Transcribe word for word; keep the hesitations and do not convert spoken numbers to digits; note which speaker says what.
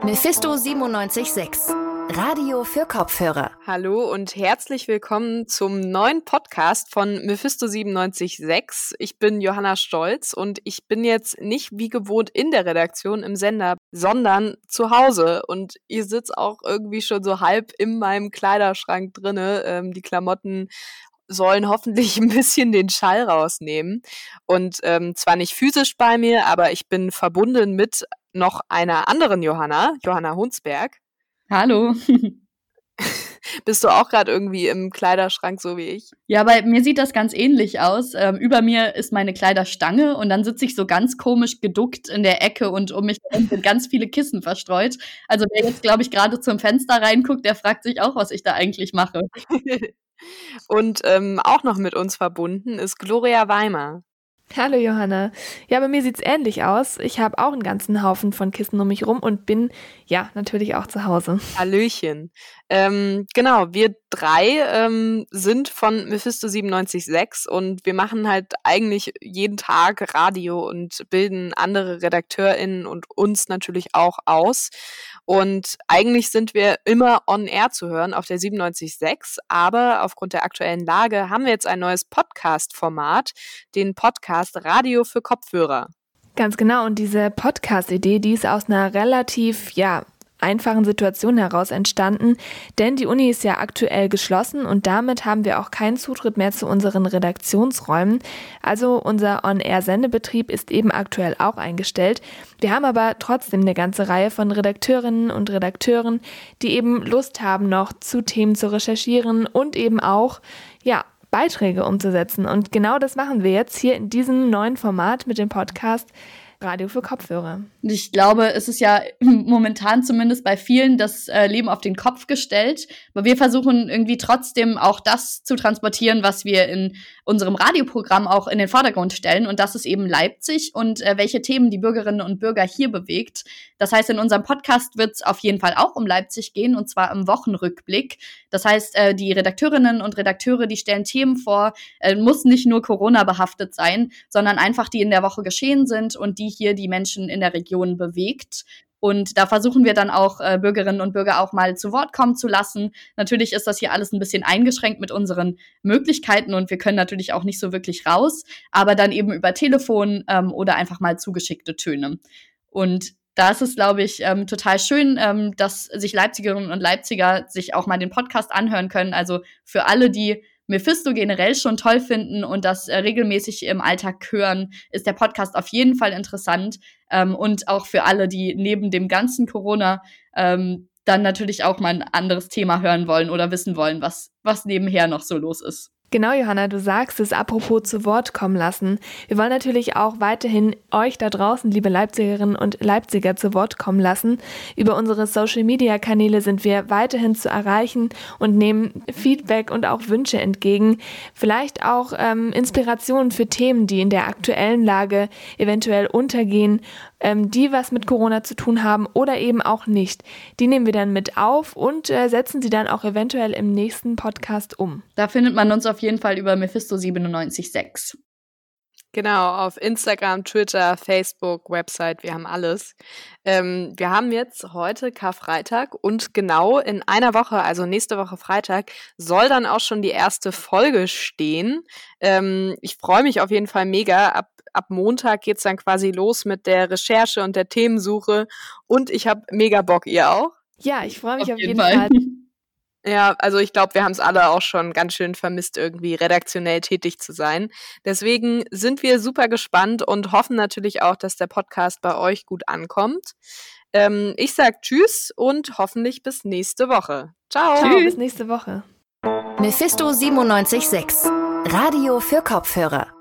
Speaker 1: Mephisto siebenundneunzig Komma sechs, Radio für Kopfhörer.
Speaker 2: Hallo und herzlich willkommen zum neuen Podcast von Mephisto siebenundneunzig Komma sechs. Ich bin Johanna Stolz und ich bin jetzt nicht wie gewohnt in der Redaktion im Sender, sondern zu Hause. Und ihr sitzt auch irgendwie schon so halb in meinem Kleiderschrank drinne. Ähm, die Klamotten sollen hoffentlich ein bisschen den Schall rausnehmen. Und ähm, zwar nicht physisch bei mir, aber ich bin verbunden mit noch einer anderen Johanna, Johanna Hunsberg.
Speaker 3: Hallo.
Speaker 2: Bist du auch gerade irgendwie im Kleiderschrank, so wie ich?
Speaker 3: Ja, bei mir sieht das ganz ähnlich aus. Ähm, über mir ist meine Kleiderstange und dann sitze ich so ganz komisch geduckt in der Ecke und um mich herum sind ganz viele Kissen verstreut. Also wer jetzt, glaube ich, gerade zum Fenster reinguckt, der fragt sich auch, was ich da eigentlich mache.
Speaker 2: Und ähm, auch noch mit uns verbunden ist Gloria Weimar.
Speaker 4: Hallo Johanna. Ja, bei mir sieht's ähnlich aus. Ich habe auch einen ganzen Haufen von Kissen um mich rum und bin, ja, natürlich auch zu Hause.
Speaker 2: Hallöchen. Ähm, genau, wir drei ähm, sind von Mephisto siebenundneunzig Komma sechs und wir machen halt eigentlich jeden Tag Radio und bilden andere RedakteurInnen und uns natürlich auch aus. Und eigentlich sind wir immer on air zu hören auf der siebenundneunzig Komma sechs, aber aufgrund der aktuellen Lage haben wir jetzt ein neues Podcast-Format, den Podcast Radio für Kopfhörer.
Speaker 4: Ganz genau, und diese Podcast-Idee, die ist aus einer relativ, ja, einfachen Situation heraus entstanden, denn die Uni ist ja aktuell geschlossen und damit haben wir auch keinen Zutritt mehr zu unseren Redaktionsräumen. Also unser On-Air-Sendebetrieb ist eben aktuell auch eingestellt. Wir haben aber trotzdem eine ganze Reihe von Redakteurinnen und Redakteuren, die eben Lust haben, noch zu Themen zu recherchieren und eben auch, ja, Beiträge umzusetzen. Und genau das machen wir jetzt hier in diesem neuen Format mit dem Podcast Radio für Kopfhörer.
Speaker 3: Ich glaube, es ist ja momentan zumindest bei vielen das äh, Leben auf den Kopf gestellt. Aber wir versuchen irgendwie trotzdem auch das zu transportieren, was wir in unserem Radioprogramm auch in den Vordergrund stellen. Und das ist eben Leipzig und äh, welche Themen die Bürgerinnen und Bürger hier bewegt. Das heißt, in unserem Podcast wird es auf jeden Fall auch um Leipzig gehen, und zwar im Wochenrückblick. Das heißt, äh, die Redakteurinnen und Redakteure, die stellen Themen vor, äh, muss nicht nur Corona behaftet sein, sondern einfach die in der Woche geschehen sind und die hier die Menschen in der Region bewegt. Und da versuchen wir dann auch äh, Bürgerinnen und Bürger auch mal zu Wort kommen zu lassen. Natürlich ist das hier alles ein bisschen eingeschränkt mit unseren Möglichkeiten und wir können natürlich auch nicht so wirklich raus, aber dann eben über Telefon ähm, oder einfach mal zugeschickte Töne. Und da ist es, glaube ich, ähm, total schön, ähm, dass sich Leipzigerinnen und Leipziger sich auch mal den Podcast anhören können. Also für alle, die Mephisto generell schon toll finden und das äh, regelmäßig im Alltag hören, ist der Podcast auf jeden Fall interessant. Ähm, und auch für alle, die neben dem ganzen Corona ähm, dann natürlich auch mal ein anderes Thema hören wollen oder wissen wollen, was, was nebenher noch so los ist.
Speaker 4: Genau, Johanna, du sagst es, apropos zu Wort kommen lassen. Wir wollen natürlich auch weiterhin euch da draußen, liebe Leipzigerinnen und Leipziger, zu Wort kommen lassen. Über unsere Social-Media-Kanäle sind wir weiterhin zu erreichen und nehmen Feedback und auch Wünsche entgegen. Vielleicht auch ähm, Inspirationen für Themen, die in der aktuellen Lage eventuell untergehen, ähm, die was mit Corona zu tun haben oder eben auch nicht. Die nehmen wir dann mit auf und äh, setzen sie dann auch eventuell im nächsten Podcast um.
Speaker 3: Da findet man uns auf jeden Fall über Mephisto siebenundneunzig Komma sechs.
Speaker 2: Genau, auf Instagram, Twitter, Facebook, Website, wir haben alles. Ähm, wir haben jetzt heute Karfreitag und genau in einer Woche, also nächste Woche Freitag, soll dann auch schon die erste Folge stehen. Ähm, ich freue mich auf jeden Fall mega. Ab, ab Montag geht's dann quasi los mit der Recherche und der Themensuche und ich habe mega Bock, ihr auch?
Speaker 4: Ja, ich freue mich auf,
Speaker 3: auf
Speaker 4: jeden,
Speaker 3: jeden
Speaker 4: Fall.
Speaker 3: Fall.
Speaker 2: Ja, also ich glaube, wir haben es alle auch schon ganz schön vermisst, irgendwie redaktionell tätig zu sein. Deswegen sind wir super gespannt und hoffen natürlich auch, dass der Podcast bei euch gut ankommt. Ähm, ich sag Tschüss und hoffentlich bis nächste Woche. Ciao.
Speaker 4: Ciao, bis nächste Woche.
Speaker 1: Mephisto siebenundneunzig Komma sechs, Radio für Kopfhörer.